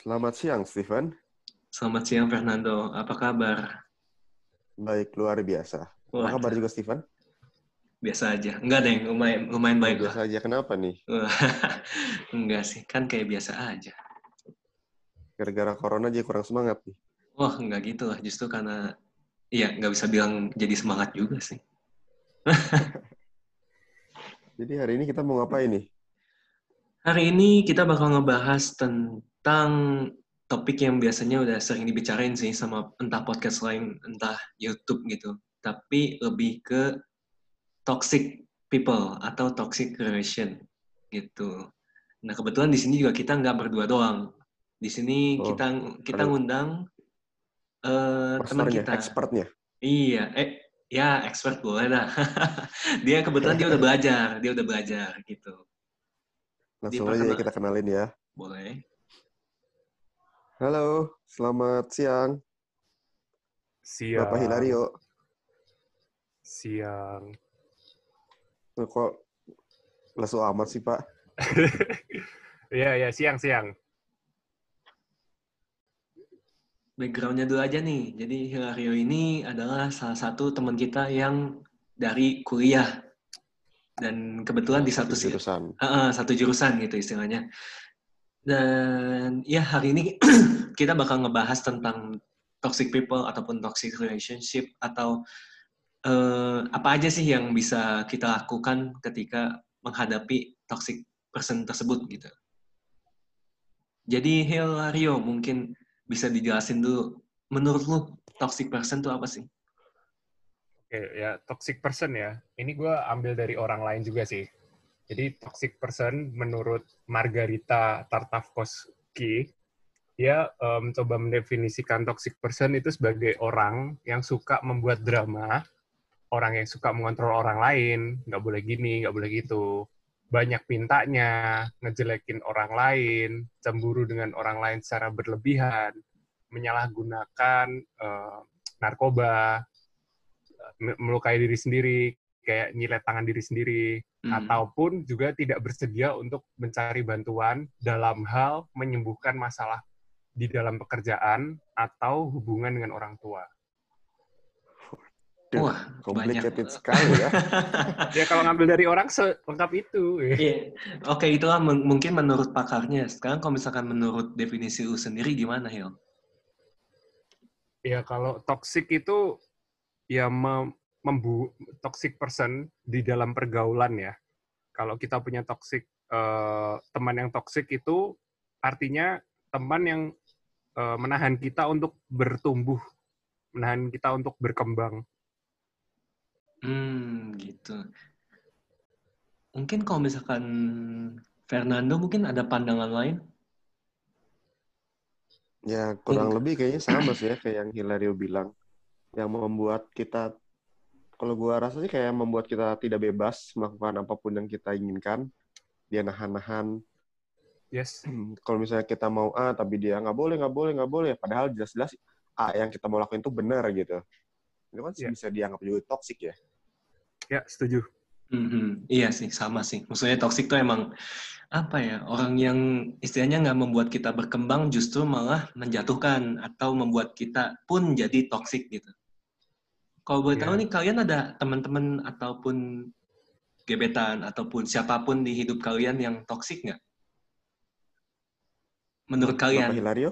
Selamat siang, Steven. Selamat siang, Fernando. Apa kabar? Baik, luar biasa. Apa Wah, kabar juga, Steven? biasa aja. Enggak deh, lumayan Oh, baik lah. biasa aja. Kenapa nih? Enggak sih, kan kayak biasa aja. Gara-gara corona aja kurang semangat nih. Wah, enggak gitu lah. Justru karena, iya, nggak bisa bilang jadi semangat juga sih. Jadi hari ini kita mau ngapain nih? Hari ini kita bakal ngebahas tentang topik yang biasanya udah sering dibicarain sih sama entah podcast lain, entah YouTube gitu. Tapi lebih ke toxic people atau toxic relation gitu. Nah, kebetulan di sini juga kita nggak berdua doang. Di sini Oh, kita ada ngundang teman masternya, kita. expertnya. Iya, ya expert boleh dah. Kebetulan dia udah belajar gitu. Langsung aja ya Diperkenal, kita kenalin ya. boleh. Halo, selamat siang, Bapak Siang, Hilario. siang. Kok lesu amat sih, Pak? Iya, siang. Backgroundnya dulu aja nih. Jadi Hilario ini adalah salah satu teman kita yang dari kuliah dan kebetulan di Satu jurusan. satu jurusan gitu istilahnya. Dan ya hari ini kita bakal ngebahas tentang toxic people ataupun toxic relationship atau apa aja sih yang bisa kita lakukan ketika menghadapi toxic person tersebut gitu. Jadi Hilario mungkin bisa dijelasin dulu, menurut lu toxic person itu apa sih? Oke, ya, toxic person ya. Ini gue ambil dari orang lain juga sih. Jadi, toxic person menurut Margarita Tartakovsky, dia coba mendefinisikan toxic person itu sebagai orang yang suka membuat drama, orang yang suka mengontrol orang lain, nggak boleh gini, nggak boleh gitu. Banyak mintanya, ngejelekin orang lain, cemburu dengan orang lain secara berlebihan, menyalahgunakan narkoba, melukai diri sendiri, kayak nyilet tangan diri sendiri, ataupun juga tidak bersedia untuk mencari bantuan dalam hal menyembuhkan masalah di dalam pekerjaan atau hubungan dengan orang tua. Wah, complicated banyak sekali ya. Ya kalau ngambil dari orang selengkap itu. Iya. Oke, itulah mungkin menurut pakarnya. Sekarang kalau misalkan menurut definisi lu sendiri gimana, Hil? Ya kalau toxic itu ya toxic person di dalam pergaulan ya. Kalau kita punya toxic teman yang toxic itu artinya teman yang menahan kita untuk bertumbuh, menahan kita untuk berkembang. Gitu. Mungkin kalau misalkan Fernando mungkin ada pandangan lain? Ya, kurang lebih kayaknya sama sih ya, kayak yang Hilario bilang. Yang membuat kita, kalau gua rasa sih kayak membuat kita tidak bebas melakukan apapun yang kita inginkan. Dia nahan-nahan. Yes. Kalau misalnya kita mau A, tapi dia nggak boleh. Padahal jelas-jelas A yang kita mau lakuin itu benar gitu. Itu kan bisa dianggap juga toksik ya. Ya, setuju. Iya sih, sama sih. Maksudnya toksik tuh emang apa ya, orang yang istilahnya nggak membuat kita berkembang, justru malah menjatuhkan atau membuat kita pun jadi toksik gitu. Kalau boleh tahu nih, kalian ada teman-teman ataupun gebetan ataupun siapapun di hidup kalian yang toksik nggak? Menurut kalian? Bapak Hilario?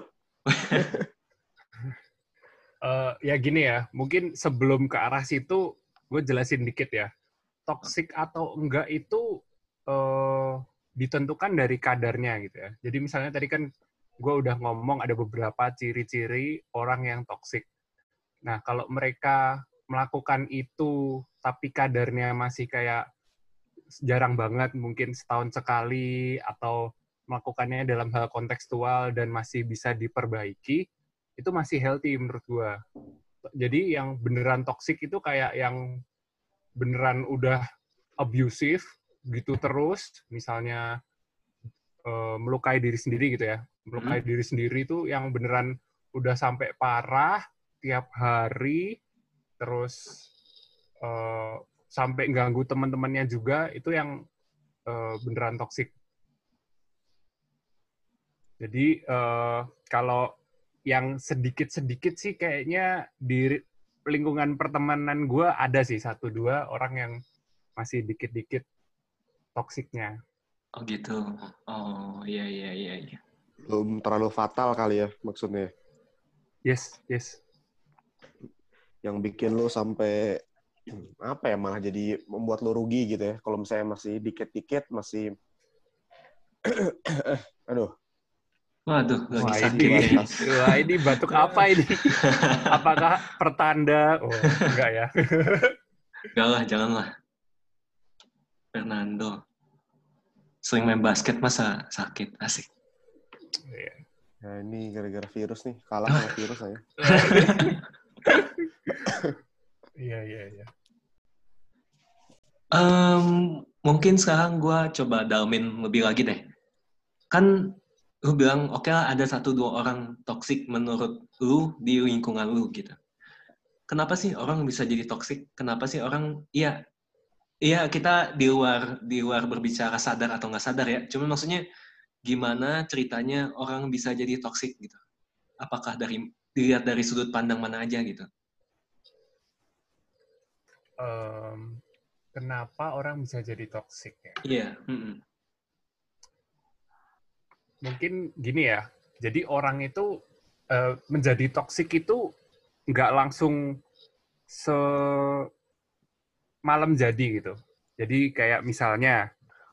Ya gini ya, mungkin sebelum ke arah situ, gue jelasin dikit ya. Toksik atau enggak itu ditentukan dari kadarnya gitu ya. Jadi misalnya tadi kan gue udah ngomong ada beberapa ciri-ciri orang yang toksik. Nah, kalau mereka melakukan itu tapi kadarnya masih kayak jarang banget, mungkin setahun sekali, atau melakukannya dalam hal kontekstual dan masih bisa diperbaiki, itu masih healthy menurut gue. Jadi yang beneran toksik itu kayak yang beneran udah abusive gitu terus, misalnya melukai diri sendiri gitu ya. Melukai diri sendiri itu yang beneran udah sampai parah, tiap hari, terus sampai ganggu teman-temannya juga, itu yang beneran toksik. Jadi kalau yang sedikit-sedikit sih kayaknya di lingkungan pertemanan gue ada sih 1-2 orang yang masih dikit-dikit toksiknya. Oh gitu. Oh iya iya iya iya. Belum terlalu fatal kali ya maksudnya. Yes. Yang bikin lu sampai apa ya, malah jadi membuat lu rugi gitu ya. Kalau misalnya masih dikit-dikit, masih aduh. Waduh, lagi Wah sakit ini, ya. wah ini batuk apa ini? Apakah pertanda? Oh enggak ya. Enggak lah, janganlah. Fernando. Sering main basket masa sakit, asik. Ya ini gara-gara virus nih, kalah sama virus saya. Iya. Mungkin sekarang gue coba dalamin lebih lagi deh. Kan lu bilang, oke lah ada 1-2 orang toksik menurut lu di lingkungan lu gitu. Kenapa sih orang bisa jadi toksik? Kenapa sih orang, iya kita di luar berbicara sadar atau nggak sadar ya. Cuma maksudnya gimana ceritanya orang bisa jadi toksik gitu? Apakah dilihat dari sudut pandang mana aja gitu? Kenapa orang bisa jadi toksik ya? Iya. Mungkin gini ya. Jadi orang itu menjadi toksik itu nggak langsung semalam jadi gitu. Jadi kayak misalnya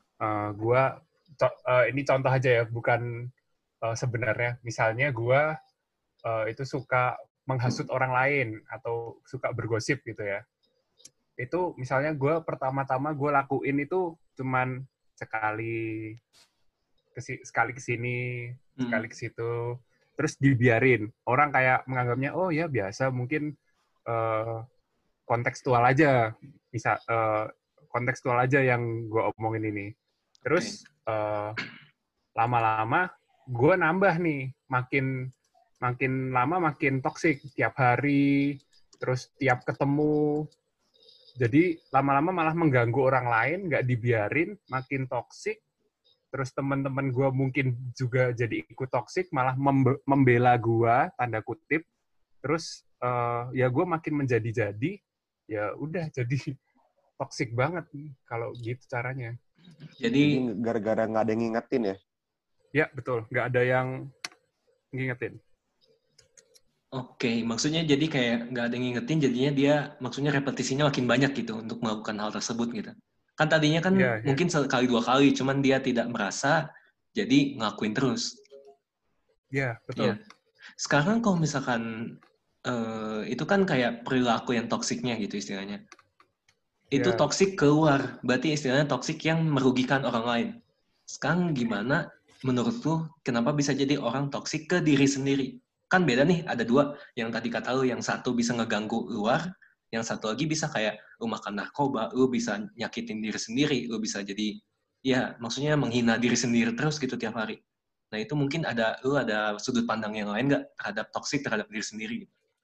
ini contoh aja ya, bukan sebenarnya. Misalnya gue itu suka menghasut orang lain atau suka bergosip gitu ya. Itu misalnya pertama-tama gue lakuin itu cuman sekali ke sini, sekali ke situ, terus dibiarin. Orang kayak menganggapnya oh ya biasa, mungkin kontekstual aja, kontekstual aja yang gue omongin ini. Terus lama-lama gue nambah nih, makin lama makin toksik, tiap hari, terus tiap ketemu. Jadi lama-lama malah mengganggu orang lain, nggak dibiarin, makin toksik. Terus teman-teman gue mungkin juga jadi ikut toksik, malah membela gue, tanda kutip. Terus ya gue makin menjadi-jadi, ya udah jadi toksik banget kalau gitu caranya. Jadi gara-gara nggak ada yang ngingetin ya? Ya betul, nggak ada yang ngingetin. Oke, maksudnya jadi kayak nggak ada yang ngingetin, jadinya dia maksudnya repetisinya makin banyak gitu untuk melakukan hal tersebut gitu. Kan tadinya kan mungkin sekali 2 kali, cuman dia tidak merasa, jadi ngelakuin terus. Iya, betul. Sekarang kalau misalkan itu kan kayak perilaku yang toksiknya gitu istilahnya. Itu toksik keluar, berarti istilahnya toksik yang merugikan orang lain. Sekarang gimana menurut lu, kenapa bisa jadi orang toksik ke diri sendiri? Kan beda nih, ada 2. Yang tadi kata lu, yang satu bisa ngeganggu luar, yang satu lagi bisa kayak lu makan narkoba, lu bisa nyakitin diri sendiri, lu bisa jadi, ya maksudnya menghina diri sendiri terus gitu tiap hari. Nah itu mungkin lu ada sudut pandang yang lain nggak terhadap toksik terhadap diri sendiri?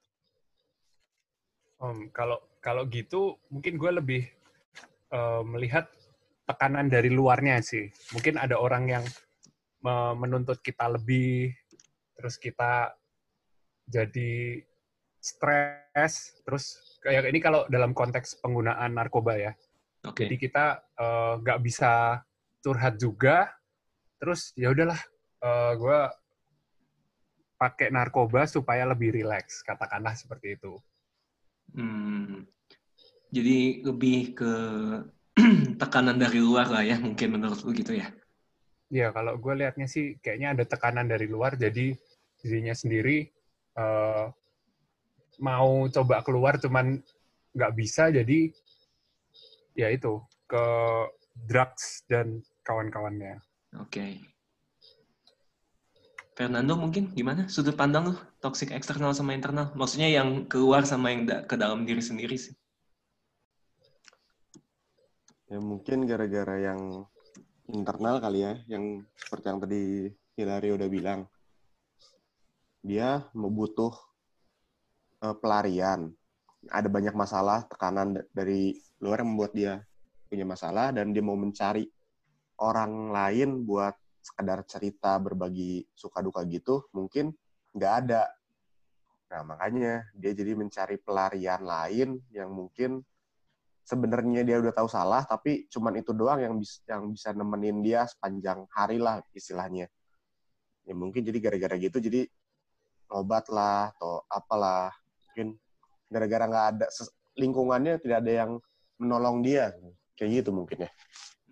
Kalau gitu, mungkin gue lebih melihat tekanan dari luarnya sih. Mungkin ada orang yang menuntut kita lebih, terus kita jadi stres, terus kayak ini kalau dalam konteks penggunaan narkoba ya. Jadi kita nggak bisa curhat juga, terus ya udahlah, gue pakai narkoba supaya lebih rileks, katakanlah seperti itu. Jadi lebih ke tekanan dari luar lah ya, mungkin menurut lu gitu ya? Ya, kalau gue lihatnya sih kayaknya ada tekanan dari luar, jadi dirinya sendiri mau coba keluar cuman nggak bisa, jadi ya itu, ke drugs dan kawan-kawannya. Oke. Fernando mungkin gimana sudut pandang lu, toxic eksternal sama internal? Maksudnya yang keluar sama yang ke dalam diri sendiri sih? Ya mungkin gara-gara yang internal kali ya, yang seperti yang tadi Hilario udah bilang. Dia butuh pelarian. Ada banyak masalah, tekanan dari luar yang membuat dia punya masalah, dan dia mau mencari orang lain buat sekedar cerita, berbagi suka duka gitu, mungkin nggak ada. Nah, makanya dia jadi mencari pelarian lain yang mungkin sebenarnya dia udah tahu salah, tapi cuman itu doang yang bisa nemenin dia sepanjang hari lah istilahnya. Ya mungkin jadi gara-gara gitu, jadi obat lah atau apalah. Mungkin gara-gara nggak ada, lingkungannya tidak ada yang menolong dia. Kayak gitu mungkin ya.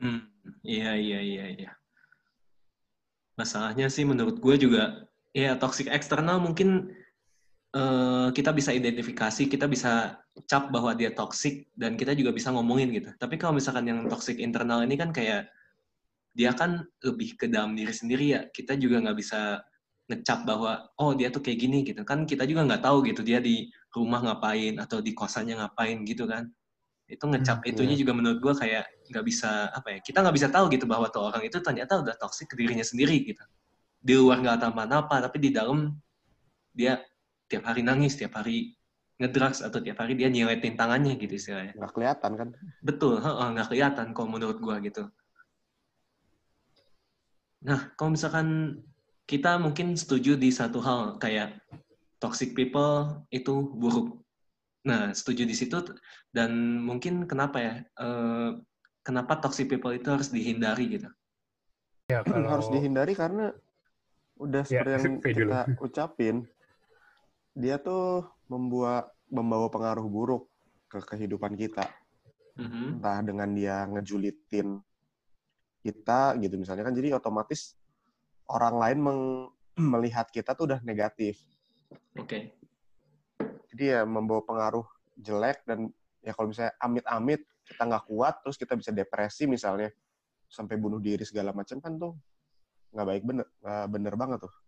Iya. Masalahnya sih menurut gue juga, ya toxic eksternal mungkin kita bisa identifikasi, kita bisa cap bahwa dia toxic, dan kita juga bisa ngomongin gitu. Tapi kalau misalkan yang toxic internal ini kan kayak, dia kan lebih ke dalam diri sendiri ya. Kita juga nggak bisa ngecap bahwa, oh dia tuh kayak gini gitu. Kan kita juga nggak tahu gitu, dia di rumah ngapain, atau di kosannya ngapain gitu kan. Itu ngecap itunya Iya. juga menurut gue kayak nggak bisa, apa ya, kita nggak bisa tahu gitu bahwa tuh orang itu ternyata udah toxic ke dirinya sendiri gitu. Di luar nggak tahu apa-apa, tapi di dalam dia tiap hari nangis, tiap hari ngedrugs, atau tiap hari dia nyiletin tangannya gitu istilahnya. Nggak kelihatan kan? Betul, nggak kelihatan kalau menurut gua gitu. Nah, kalau misalkan kita mungkin setuju di satu hal, kayak toxic people itu buruk. Nah, setuju di situ, dan mungkin kenapa ya, kenapa toxic people itu harus dihindari gitu. Ya, Harus kalau dihindari karena udah ya, seperti yang V dulu. kita ucapin, dia tuh membawa pengaruh buruk ke kehidupan kita. Entah dengan dia ngejulitin kita gitu misalnya kan, jadi otomatis orang lain melihat kita tuh udah negatif. Oke. Jadi ya membawa pengaruh jelek, dan ya kalau misalnya amit-amit kita nggak kuat, terus kita bisa depresi misalnya, sampai bunuh diri segala macam kan tuh nggak bener banget tuh.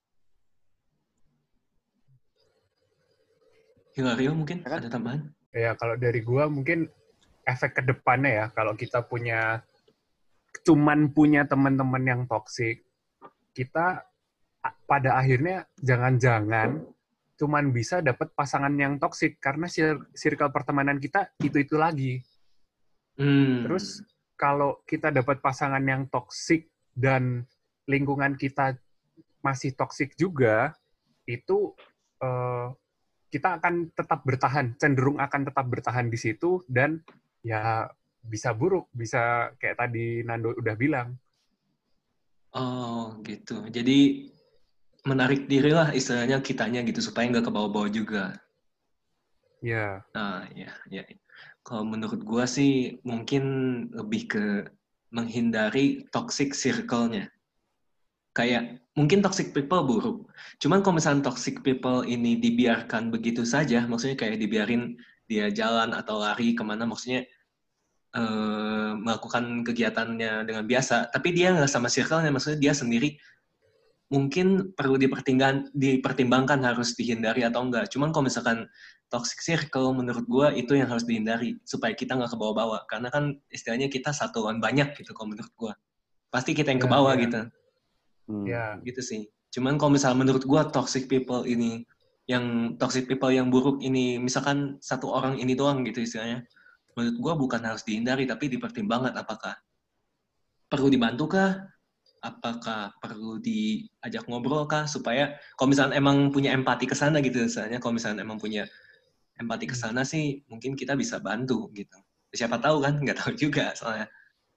Hilario mungkin Ya kan? ada tambahan? Ya, kalau dari gua mungkin efek ke depannya ya, kalau kita cuman punya teman-teman yang toksik, kita pada akhirnya jangan-jangan cuman bisa dapat pasangan yang toksik karena circle pertemanan kita itu lagi. Terus kalau kita dapat pasangan yang toksik dan lingkungan kita masih toksik juga, itu kita akan tetap bertahan, cenderung akan tetap bertahan di situ, dan ya bisa buruk, bisa kayak tadi Nando udah bilang. Oh gitu. Jadi menarik diri lah istilahnya kitanya gitu, supaya nggak kebawa-bawa juga. Ya. Nah, ya. Kalau menurut gua sih mungkin lebih ke menghindari toxic circle-nya. Kayak mungkin toxic people buruk. Cuman kalau misalnya toxic people ini dibiarkan begitu saja, maksudnya kayak dibiarin dia jalan atau lari kemana, maksudnya melakukan kegiatannya dengan biasa, tapi dia nggak sama circle-nya, maksudnya dia sendiri, mungkin perlu dipertimbangkan harus dihindari atau enggak. Cuman kalau misalkan toxic circle, menurut gue itu yang harus dihindari, supaya kita nggak ke bawah-bawah. Karena kan istilahnya kita satu lawan banyak gitu kalau menurut gue. Pasti kita yang ke bawah gitu. Ya. Gitu sih. Cuman kalau misalnya menurut gue toxic people yang buruk ini, misalkan satu orang ini doang gitu istilahnya, menurut gue bukan harus dihindari, tapi dipertimbangkan apakah perlu dibantu kah? Apakah perlu diajak ngobrol kah, supaya kalau misalnya emang punya empati ke sana gitu, misalnya kalau misalnya emang punya empati ke sana sih mungkin kita bisa bantu gitu. Siapa tahu kan, nggak tahu juga soalnya.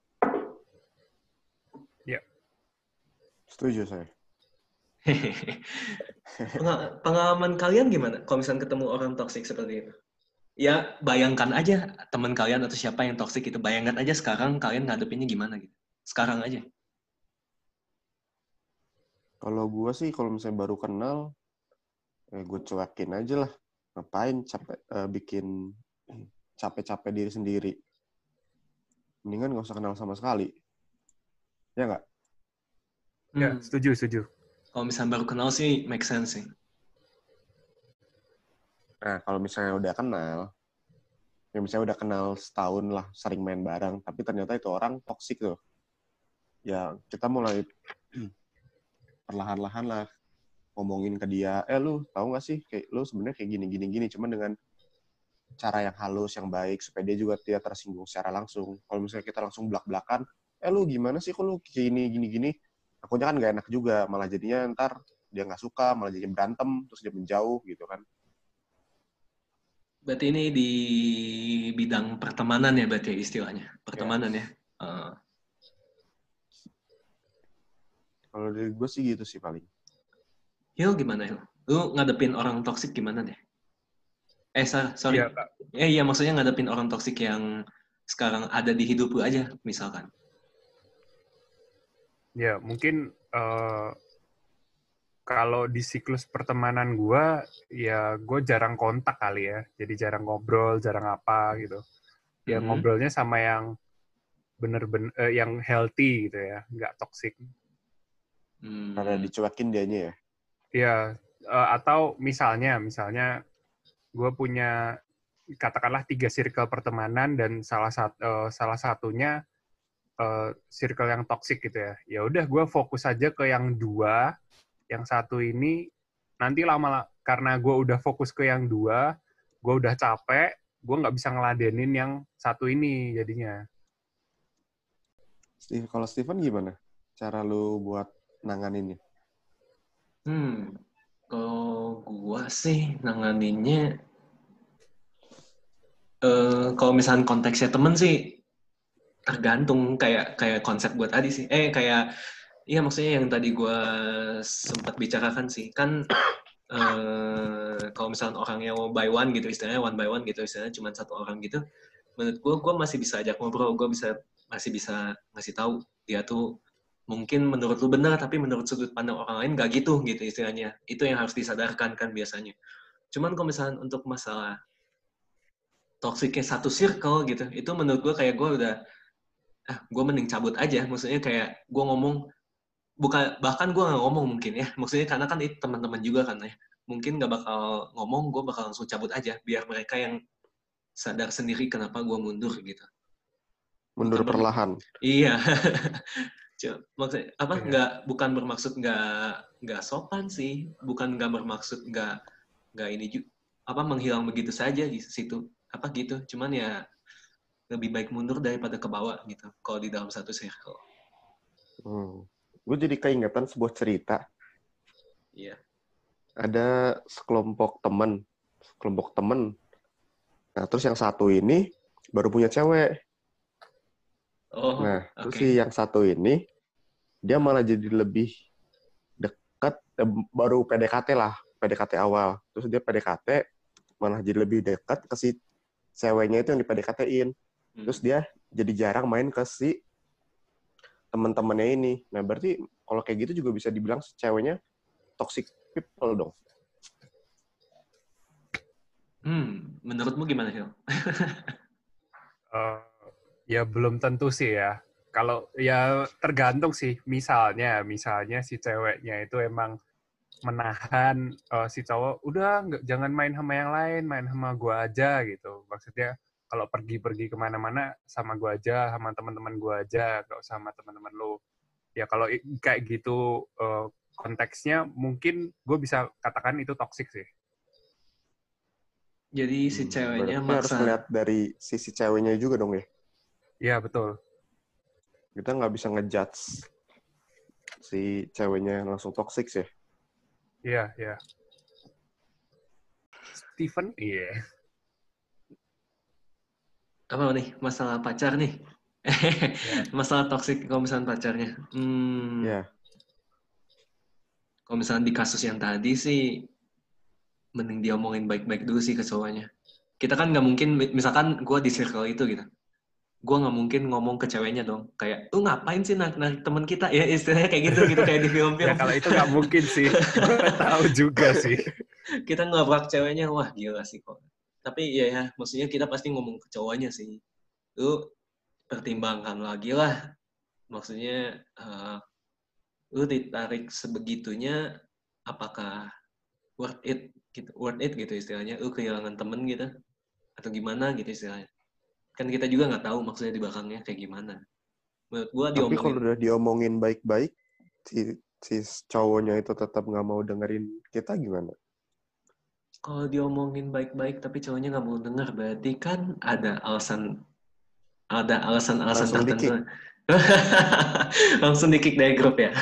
Ya. Setuju saya. Pengalaman kalian gimana kalau misalnya ketemu orang toksik seperti itu? Ya bayangkan aja teman kalian atau siapa yang toksik itu, bayangkan aja sekarang kalian ngadepinnya gimana gitu. Sekarang aja. Kalau gue sih, kalau misalnya baru kenal, gue cuekin aja lah. Ngapain bikin capek-capek diri sendiri. Mendingan nggak usah kenal sama sekali. Ya nggak? Ya, setuju. Kalau misalnya baru kenal sih make sense sih. Nah, kalau misalnya udah kenal, ya misalnya udah kenal setahun lah, sering main bareng, tapi ternyata itu orang toksik tuh. Ya, kita mulai perlahan-lahan lah ngomongin ke dia, lu tahu nggak sih, kayak lu sebenarnya kayak gini, cuman dengan cara yang halus, yang baik, supaya dia juga tidak tersinggung secara langsung. Kalau misalnya kita langsung belak-belakan, lu gimana sih kok lu kayak gini, takutnya kan nggak enak juga, malah jadinya ntar dia nggak suka, malah jadi berantem, terus dia menjauh gitu kan. Berarti ini di bidang pertemanan ya berarti istilahnya. Pertemanan ya. Yes. Kalau dari gue sih gitu sih paling. Hil gimana Hil? Lu ngadepin orang toksik gimana deh? Sorry. Iya, Kak. Iya maksudnya ngadepin orang toksik yang sekarang ada di hidup lu aja misalkan. Ya, mungkin kalau di siklus pertemanan gue, ya gue jarang kontak kali ya. Jadi jarang ngobrol, jarang apa gitu. Ya ngobrolnya sama yang bener-bener, yang healthy gitu ya, nggak toksik. Karena dicuekin dianya ya? Ya, atau misalnya gue punya katakanlah 3 circle pertemanan dan salah satunya circle yang toksik gitu ya. Ya udah gue fokus aja ke yang 2, yang satu ini nanti lama karena gue udah fokus ke yang 2, gue udah capek, gue nggak bisa ngeladenin yang satu ini jadinya. Kalau Steven gimana? Cara lu buat nanganinnya? Kalau gua sih nanganinnya, kalau misalnya konteksnya temen sih tergantung kayak konsep gua tadi sih. Iya maksudnya yang tadi gua sempat bicarakan sih kan. Kalau misalnya orangnya one by one gitu istilahnya, one by one gitu istilahnya cuma satu orang gitu, menurut gue masih bisa ajak ngobrol, gue masih bisa ngasih tahu dia tuh mungkin menurut lu benar tapi menurut sudut pandang orang lain gak gitu istilahnya. Itu yang harus disadarkan kan biasanya. Cuman kalau misalnya untuk masalah toksiknya satu circle gitu, itu menurut gue kayak gue udah gue mending cabut aja. Maksudnya kayak gue ngomong, bahkan gue nggak ngomong mungkin ya, maksudnya karena kan itu teman-teman juga kan ya, mungkin nggak bakal ngomong, gue bakal langsung cabut aja biar mereka yang sadar sendiri kenapa gue mundur gitu. Mundur perlahan. Iya. Maksudnya apa? Iya. Bukan bermaksud nggak sopan sih, bukan nggak bermaksud nggak ini juga apa menghilang begitu saja di situ apa gitu. Cuman ya lebih baik mundur daripada ke bawah gitu kalau di dalam satu circle. Gue jadi keingetan sebuah cerita. Iya. Ada sekelompok teman. Nah, terus yang satu ini baru punya cewek. Terus si yang satu ini, dia malah jadi lebih dekat, baru PDKT lah, PDKT awal. Terus dia PDKT, malah jadi lebih dekat ke si ceweknya itu yang di PDKT-in. Terus dia jadi jarang main ke si teman-temannya ini. Nah, berarti kalau kayak gitu juga bisa dibilang ceweknya toxic people dong. Menurutmu gimana, Hil? Ya belum tentu sih ya. Kalau ya tergantung sih. Misalnya si ceweknya itu emang menahan si cowok, udah jangan main sama yang lain, main sama gua aja gitu. Maksudnya kalau pergi kemana-mana sama gua aja, sama teman-teman gua aja, gak usah sama teman-teman lu. Ya kalau kayak gitu konteksnya mungkin gue bisa katakan itu toksik sih. Jadi si ceweknya maksa. Harus melihat dari sisi ceweknya juga dong ya? Iya, betul. Kita nggak bisa ngejudge si ceweknya langsung toksik sih. Iya, iya. Steven? Iya. Apa nih? Masalah pacar nih? Masalah toksik kalau misalnya pacarnya. Iya. Kalau misalnya di kasus yang tadi sih, mending diomongin baik-baik dulu sih ke cowoknya. Kita kan nggak mungkin, misalkan gue di circle itu gitu, gue nggak mungkin ngomong ke ceweknya dong, kayak, lu ngapain sih narik teman kita? Ya istilahnya kayak gitu kayak di film-film. Ya kalau itu nggak mungkin sih, gue tahu juga sih. Kita ngelabrak ceweknya, wah gila sih kok. Tapi ya, maksudnya kita pasti ngomong ke cowoknya sih. Lu pertimbangkan lagi lah. Maksudnya, lu ditarik sebegitunya, apakah worth it gitu istilahnya, lu kehilangan temen gitu atau gimana gitu istilahnya, kan kita juga nggak tahu maksudnya di belakangnya kayak gimana. Menurut gua tapi kalau udah diomongin baik-baik si cowoknya itu tetap nggak mau dengerin kita gimana? Kalau diomongin baik-baik tapi cowoknya nggak mau denger, berarti kan ada alasan tertentu. Langsung di-kick dari grup ya.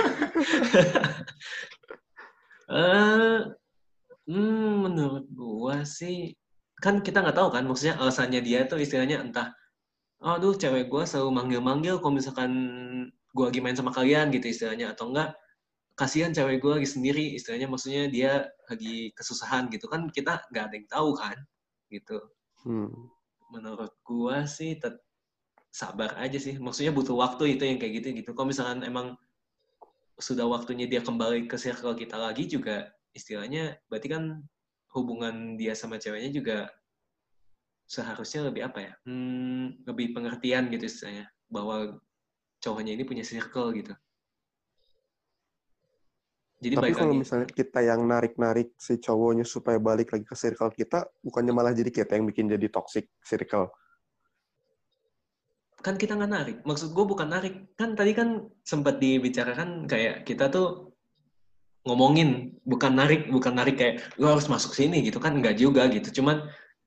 Menurut gua sih, kan kita nggak tahu kan, maksudnya alasannya dia tuh istilahnya entah, aduh cewek gua selalu manggil-manggil kalau misalkan gua lagi main sama kalian gitu istilahnya, atau enggak, kasihan cewek gua lagi sendiri istilahnya, maksudnya dia lagi kesusahan gitu kan, kita nggak ada yang tahu kan, gitu. Menurut gua sih sabar aja sih, maksudnya butuh waktu itu yang kayak gitu. Kalau misalkan emang sudah waktunya dia kembali ke circle kita lagi juga, istilahnya berarti kan hubungan dia sama ceweknya juga seharusnya lebih apa ya, lebih pengertian gitu istilahnya, bahwa cowoknya ini punya circle gitu. Jadi Tapi balik kalau lagi, misalnya kita yang narik-narik si cowoknya supaya balik lagi ke circle kita, bukannya malah jadi kita yang bikin jadi toxic circle? kan kita nggak narik. Maksud gue bukan narik. Kan tadi kan sempat dibicarakan kayak kita tuh ngomongin, bukan narik kayak lo harus masuk sini gitu kan, nggak juga gitu. Cuman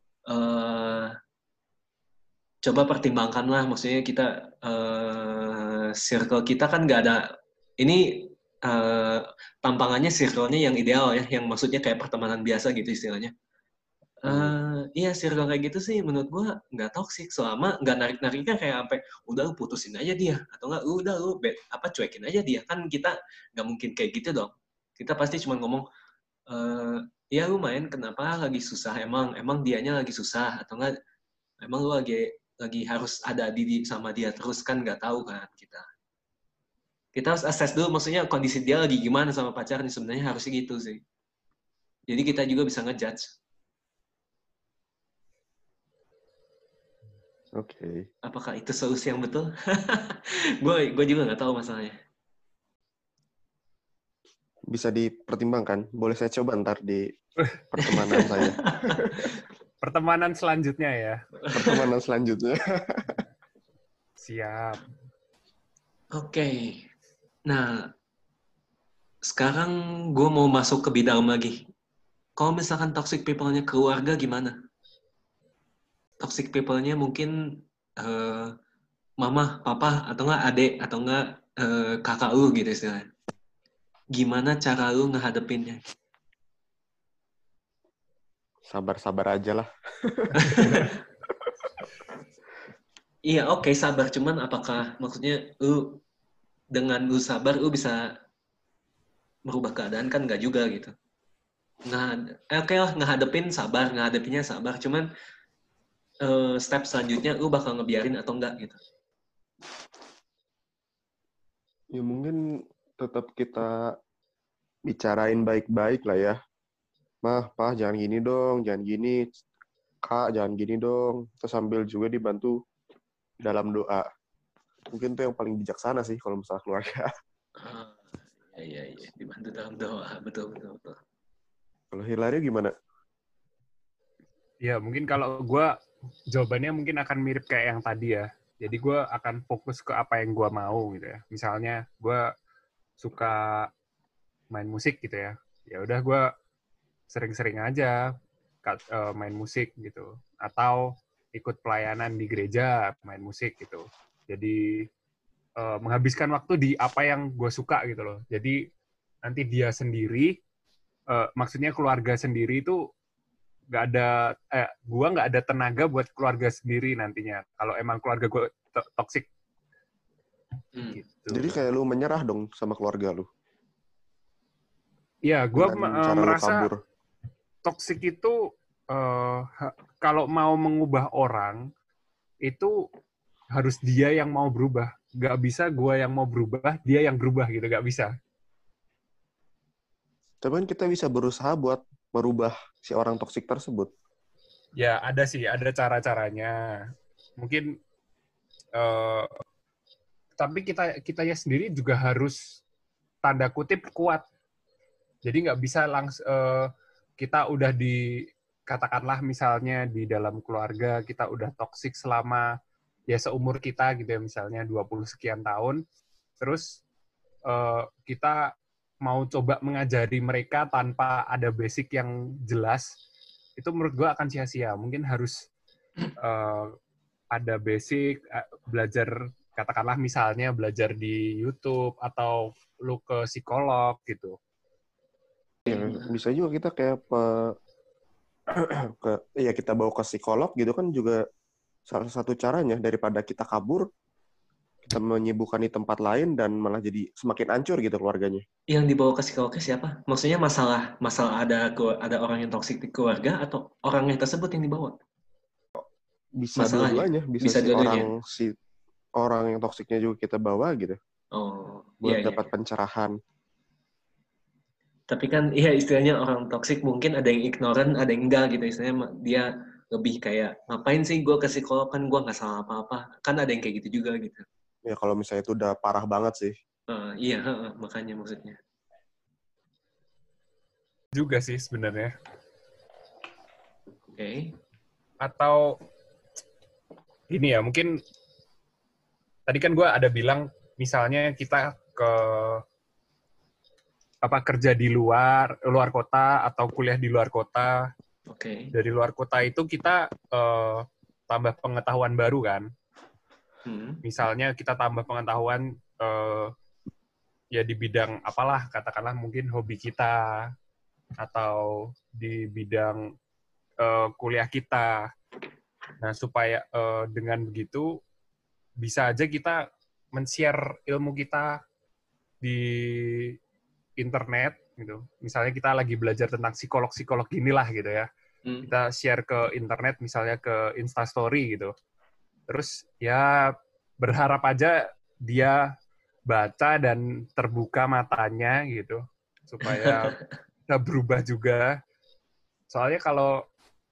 coba pertimbangkanlah, maksudnya kita circle kita kan nggak ada ini, tampangannya circle-nya yang ideal ya, yang maksudnya kayak pertemanan biasa gitu istilahnya. Iya, circle kayak gitu sih menurut gua nggak toksik selama nggak narik-nariknya kayak sampai udah lu putusin aja dia, atau enggak udah lu cuekin aja dia, kan kita nggak mungkin kayak gitu dong. Kita pasti cuma ngomong, ya lu main kenapa lagi susah, emang dianya lagi susah, atau enggak emang lu lagi harus ada sama dia terus, kan nggak tahu kan kita. Kita harus assess dulu, maksudnya kondisi dia lagi gimana sama pacarnya, sebenarnya harusnya gitu sih. Jadi kita juga bisa ngejudge. Oke. Apakah itu solusi yang betul? Gue juga nggak tahu masalahnya. Bisa dipertimbangkan. Boleh saya coba ntar di pertemanan saya. Pertemanan selanjutnya ya. Pertemanan selanjutnya. Siap. Oke. Nah, sekarang gue mau masuk ke bidang lagi. Kalau misalkan toxic people-nya keluarga gimana? Toxic people-nya mungkin mama, papa, atau enggak adik, atau enggak kakak lu gitu istilahnya. Gimana cara lu ngehadepinnya? Sabar-sabar aja lah. Iya, oke, sabar. Cuman apakah maksudnya lu dengan lu sabar lu bisa merubah keadaan? Kan nggak juga gitu. Oke lah, ngehadepinnya sabar. Cuman step selanjutnya lu bakal ngebiarin atau enggak gitu. Ya mungkin tetap kita bicarain baik-baik lah ya. Mah, Pak, jangan gini dong, jangan gini. Kak, jangan gini dong. Terus sambil juga dibantu dalam doa. Mungkin itu yang paling bijaksana sih kalau masalah keluarga. Iya, dibantu dalam doa, betul. Kalau Hilario gimana? Ya, mungkin kalau gue, jawabannya mungkin akan mirip kayak yang tadi ya. Jadi gue akan fokus ke apa yang gue mau gitu ya. Misalnya gue suka main musik gitu ya. Ya udah gue sering-sering aja main musik gitu. Atau ikut pelayanan di gereja main musik gitu. Jadi menghabiskan waktu di apa yang gue suka gitu loh. Jadi nanti dia sendiri, maksudnya keluarga sendiri itu gue nggak ada tenaga buat keluarga sendiri nantinya. Kalau emang keluarga gue toksik. Gitu. Jadi kayak lu menyerah dong sama keluarga lu? Ya, gue merasa toksik itu kalau mau mengubah orang itu harus dia yang mau berubah. Nggak bisa gue yang mau berubah, dia yang berubah gitu. Nggak bisa. Tapi kan kita bisa berusaha buat merubah si orang toksik tersebut. Ya, ada sih. Ada cara-caranya. Mungkin tapi kita ya sendiri juga harus tanda kutip kuat. Jadi nggak bisa langsung kita udah katakanlah misalnya di dalam keluarga kita udah toksik selama ya seumur kita gitu ya, misalnya 20 sekian tahun, terus kita mau coba mengajari mereka tanpa ada basic yang jelas, itu menurut gue akan sia-sia. Mungkin harus ada basic, belajar katakanlah misalnya belajar di YouTube atau lu ke psikolog gitu. Ya, bisa juga kita kayak ya kita bawa ke psikolog gitu kan juga salah satu caranya daripada kita kabur, kita menyibukkan di tempat lain dan malah jadi semakin hancur gitu keluarganya. Yang dibawa ke psikolognya siapa? Maksudnya masalah ada orang yang toksik di keluarga atau orangnya tersebut yang dibawa? Bisa Masalahnya? dua-duanya, bisa Bisa dua-duanya? si orang yang toksiknya juga kita bawa gitu Oh, buat iya. dapat pencerahan. Tapi kan iya istilahnya orang toksik mungkin ada yang ignorant, ada yang enggak gitu. Istilahnya dia lebih kayak, ngapain sih gue ke psikolog, kan gue nggak salah apa-apa. Kan ada yang kayak gitu juga gitu. Ya kalau misalnya itu udah parah banget sih. Iya, makanya maksudnya. Juga sih sebenarnya. Oke. Atau gini ya, mungkin tadi kan gue ada bilang misalnya kita kerja di luar kota atau kuliah di luar kota. Oke. Dari luar kota itu kita tambah pengetahuan baru kan. Misalnya kita tambah pengetahuan ya di bidang apalah, katakanlah mungkin hobi kita atau di bidang kuliah kita. Nah, supaya dengan begitu bisa aja kita men-share ilmu kita di internet gitu. Misalnya kita lagi belajar tentang psikolog inilah gitu ya. Kita share ke internet, misalnya ke Instastory gitu. Terus ya berharap aja dia baca dan terbuka matanya gitu. Supaya kita berubah juga. Soalnya kalau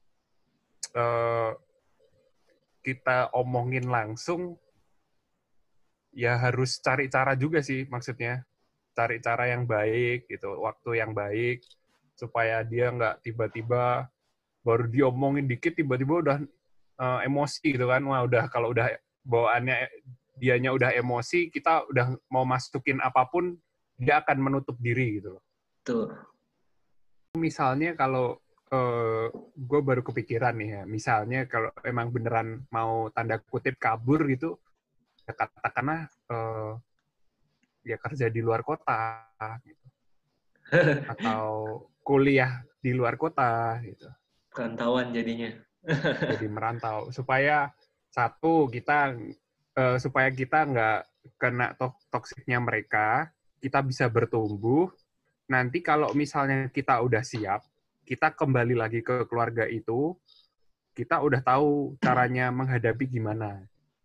kita omongin langsung, ya harus cari cara juga sih maksudnya. Cari cara yang baik gitu, waktu yang baik, supaya dia nggak tiba-tiba baru diomongin dikit tiba-tiba udah emosi gitu kan. Wah, udah kalau udah bawaannya dianya udah emosi, kita udah mau masukin apapun dia akan menutup diri gitu loh. Tuh. Misalnya kalau gue baru kepikiran nih ya, misalnya kalau emang beneran mau tanda kutip kabur gitu, ya katakanlah ya kerja di luar kota gitu. Atau kuliah di luar kota gitu. Perantauan jadinya. Jadi merantau supaya supaya kita nggak kena toksiknya mereka, kita bisa bertumbuh. Nanti kalau misalnya kita udah siap, kita kembali lagi ke keluarga itu, kita udah tahu caranya menghadapi gimana.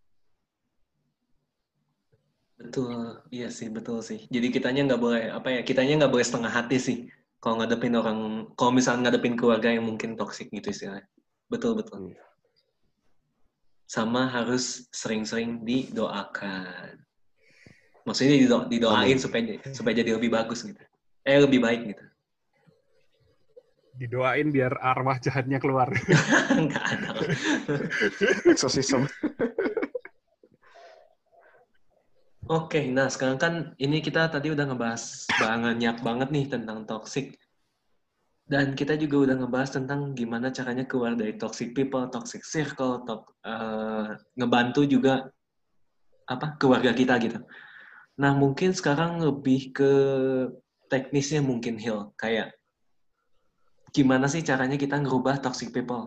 Betul, iya sih, betul sih. Jadi kitanya nggak boleh setengah hati sih. Kalau misalnya ngadepin keluarga yang mungkin toksik gitu istilahnya. Betul. Sama harus sering-sering didoakan. Maksudnya didoain supaya jadi lebih bagus gitu. Lebih baik gitu. Didoain biar arwah jahatnya keluar. Nggak ada. Exorcism. Oke, nah sekarang kan ini kita tadi udah ngebahas banyak banget nih tentang toxic. Dan kita juga udah ngebahas tentang gimana caranya keluar dari toxic people, toxic circle, ngebantu juga keluarga kita gitu. Nah, mungkin sekarang lebih ke teknisnya mungkin, Hil. Kayak gimana sih caranya kita ngerubah toxic people?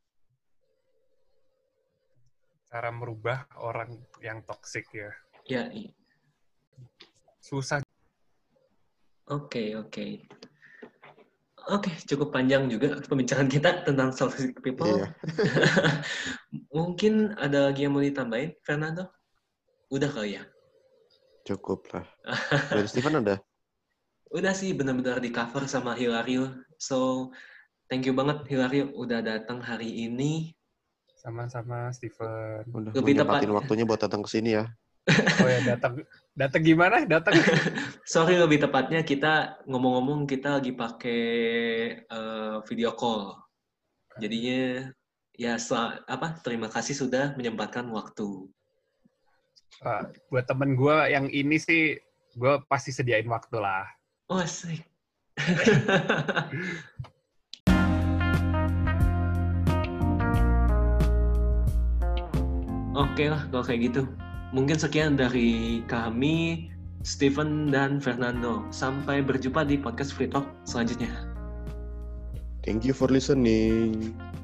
Cara merubah orang yang toxic ya. Ya, susah. Oke, cukup panjang juga pembicaraan kita tentang toxic people. Iya. Mungkin ada lagi yang mau ditambahin, Fernando? Udah kali ya? Cukup lah. Dari Steven ada? Udah sih, benar-benar di cover sama Hilario. So, thank you banget Hilario udah datang hari ini. Sama-sama, Steven. Udah Lebih menyempatin waktunya buat datang ke sini ya. Oh ya, datang gimana? Datang. Sorry, lebih tepatnya kita ngomong-ngomong kita lagi pakai video call. Jadinya ya terima kasih sudah menyempatkan waktu. Buat temen gue yang ini sih, gue pasti sediain waktu lah. Oh, asik. Oke lah, kalau kayak gitu. Mungkin sekian dari kami, Steven dan Fernando. Sampai berjumpa di podcast Free Talk selanjutnya. Thank you for listening.